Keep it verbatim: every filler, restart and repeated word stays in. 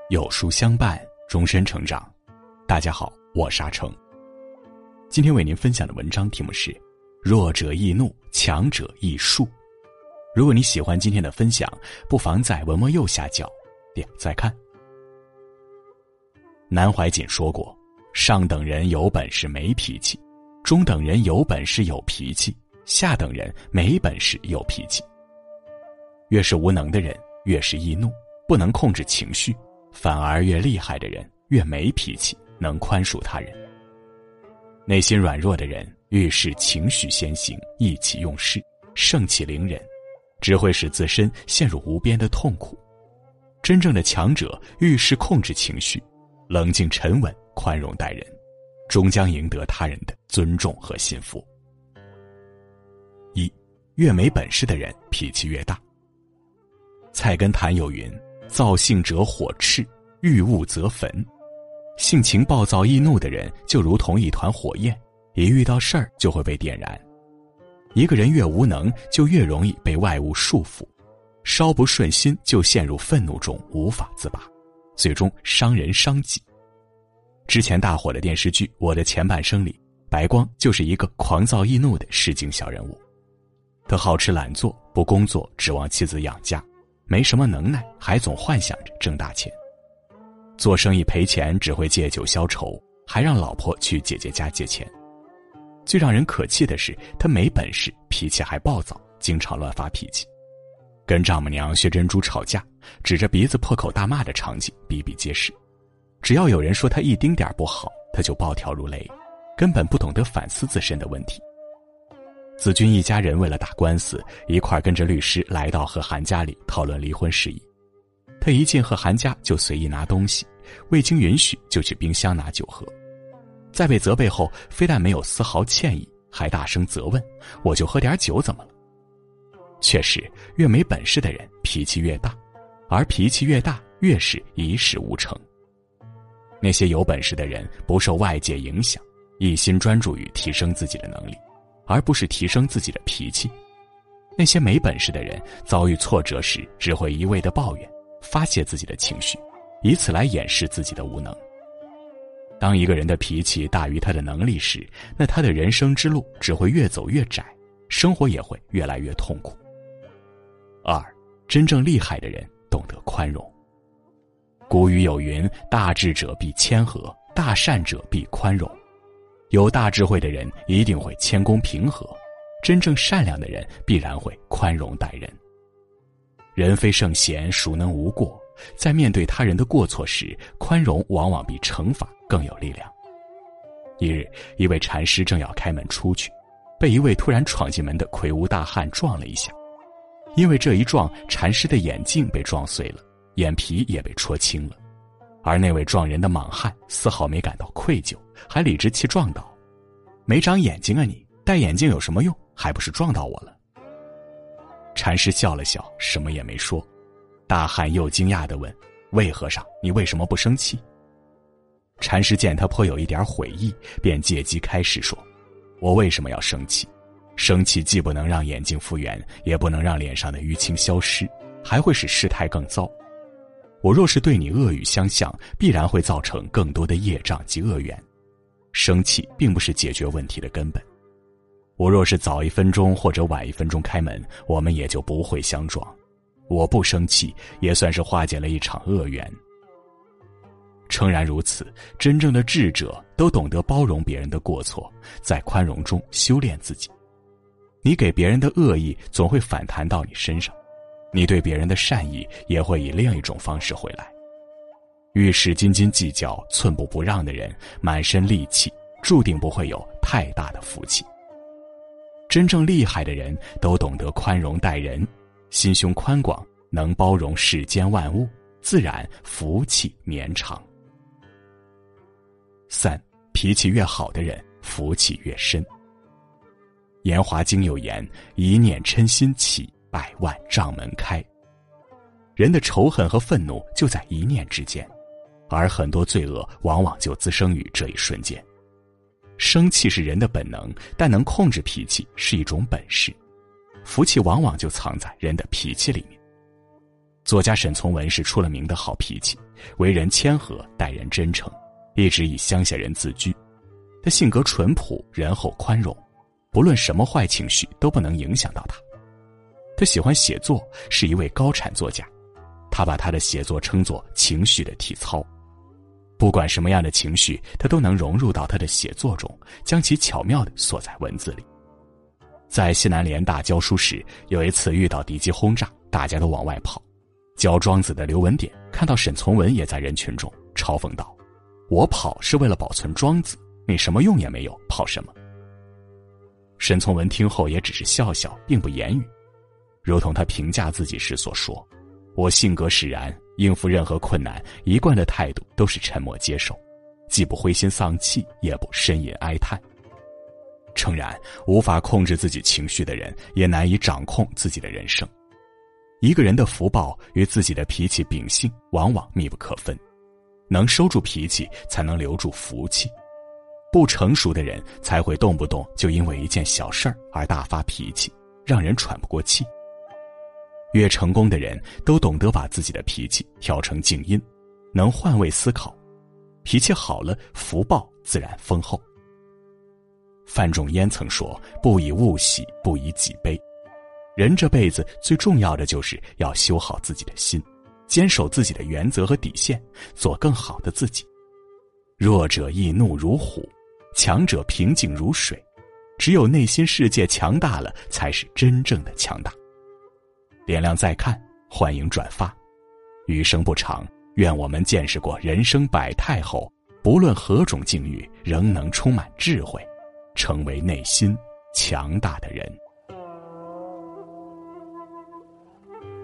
有书相伴，终身成长。大家好，我是阿成。今天为您分享的文章题目是弱者易怒，强者易树。如果你喜欢今天的分享，不妨在文末右下角点再看。南怀瑾说过，上等人有本事没脾气，中等人有本事有脾气，下等人没本事有脾气。越是无能的人越是易怒，不能控制情绪，反而越厉害的人越没脾气，能宽恕他人。内心软弱的人遇事情绪先行，意气用事，盛气凌人，只会使自身陷入无边的痛苦。真正的强者遇事控制情绪，冷静沉稳，宽容待人，终将赢得他人的尊重和信服。一，越没本事的人脾气越大。菜根谭有云，躁性者火炽，遇物则焚。性情暴躁易怒的人就如同一团火焰，一遇到事儿就会被点燃。一个人越无能，就越容易被外物束缚，稍不顺心就陷入愤怒中无法自拔，最终伤人伤己。之前大火的电视剧《我的前半生》里，白光就是一个狂躁易怒的市井小人物。他好吃懒做，不工作，指望妻子养家，没什么能耐，还总幻想着挣大钱。做生意赔钱，只会借酒消愁，还让老婆去姐姐家借钱。最让人可气的是，他没本事，脾气还暴躁，经常乱发脾气。跟丈母娘薛珍珠吵架，指着鼻子破口大骂的场景比比皆是。只要有人说他一丁点不好，他就暴跳如雷，根本不懂得反思自身的问题。子君一家人为了打官司，一块跟着律师来到贺涵家里讨论离婚事宜。他一进贺涵家就随意拿东西，未经允许就去冰箱拿酒喝。在被责备后，非但没有丝毫歉意，还大声责问，我就喝点酒怎么了？确实，越没本事的人脾气越大，而脾气越大越是一事无成。那些有本事的人不受外界影响，一心专注于提升自己的能力，而不是提升自己的脾气。那些没本事的人遭遇挫折时，只会一味地抱怨，发泄自己的情绪，以此来掩饰自己的无能。当一个人的脾气大于他的能力时，那他的人生之路只会越走越窄，生活也会越来越痛苦。二，真正厉害的人懂得宽容。古语有云，大智者必谦和，大善者必宽容。有大智慧的人一定会谦恭平和，真正善良的人必然会宽容待人。人非圣贤，孰能无过？在面对他人的过错时，宽容往往比惩罚更有力量。一日，一位禅师正要开门出去，被一位突然闯进门的魁梧大汉撞了一下。因为这一撞，禅师的眼镜被撞碎了，眼皮也被戳青了。而那位撞人的莽汉丝毫没感到愧疚，还理直气壮道：“没长眼睛啊你，戴眼镜有什么用？还不是撞到我了。”禅师笑了笑，什么也没说。大汉又惊讶地问：“魏和尚，你为什么不生气？”禅师见他颇有一点悔意，便借机开示说：“我为什么要生气？生气既不能让眼睛复原，也不能让脸上的淤青消失，还会使事态更糟。我若是对你恶语相向，必然会造成更多的业障及恶缘。生气并不是解决问题的根本。我若是早一分钟或者晚一分钟开门，我们也就不会相撞。我不生气，也算是化解了一场恶缘。”诚然如此，真正的智者都懂得包容别人的过错，在宽容中修炼自己。你给别人的恶意总会反弹到你身上，你对别人的善意也会以另一种方式回来。遇事斤斤计较、寸步不让的人，满身戾气，注定不会有太大的福气。真正厉害的人都懂得宽容待人，心胸宽广，能包容世间万物，自然福气绵长。三，脾气越好的人福气越深。延华经有言，一念嗔心起，百万障门开。人的仇恨和愤怒就在一念之间，而很多罪恶往往就滋生于这一瞬间。生气是人的本能，但能控制脾气是一种本事。福气往往就藏在人的脾气里面。 作家沈从文是出了名的好脾气，为人谦和，待人真诚，一直以乡下人自居。他性格淳朴，仁厚宽容，不论什么坏情绪都不能影响到他。他喜欢写作，是一位高产作家，他把他的写作称作情绪的体操。不管什么样的情绪，他都能融入到他的写作中，将其巧妙地锁在文字里。在西南联大教书时，有一次遇到敌机轰炸，大家都往外跑。教庄子的刘文典看到沈从文也在人群中，嘲讽道：“我跑是为了保存庄子，你什么用也没有，跑什么？”沈从文听后也只是笑笑，并不言语。如同他评价自己时所说：“我性格使然，应付任何困难，一贯的态度都是沉默接受，既不灰心丧气，也不呻吟哀叹。”诚然，无法控制自己情绪的人，也难以掌控自己的人生。一个人的福报与自己的脾气秉性往往密不可分，能收住脾气，才能留住福气。不成熟的人才会动不动就因为一件小事儿而大发脾气，让人喘不过气。越成功的人都懂得把自己的脾气调成静音，能换位思考，脾气好了，福报自然丰厚。范仲淹曾说：“不以物喜，不以己悲。”人这辈子最重要的就是要修好自己的心，坚守自己的原则和底线，做更好的自己。弱者易怒如虎，强者平静如水。只有内心世界强大了，才是真正的强大。点亮再看，欢迎转发。余生不长，愿我们见识过人生百态后，不论何种境遇，仍能充满智慧，成为内心强大的人。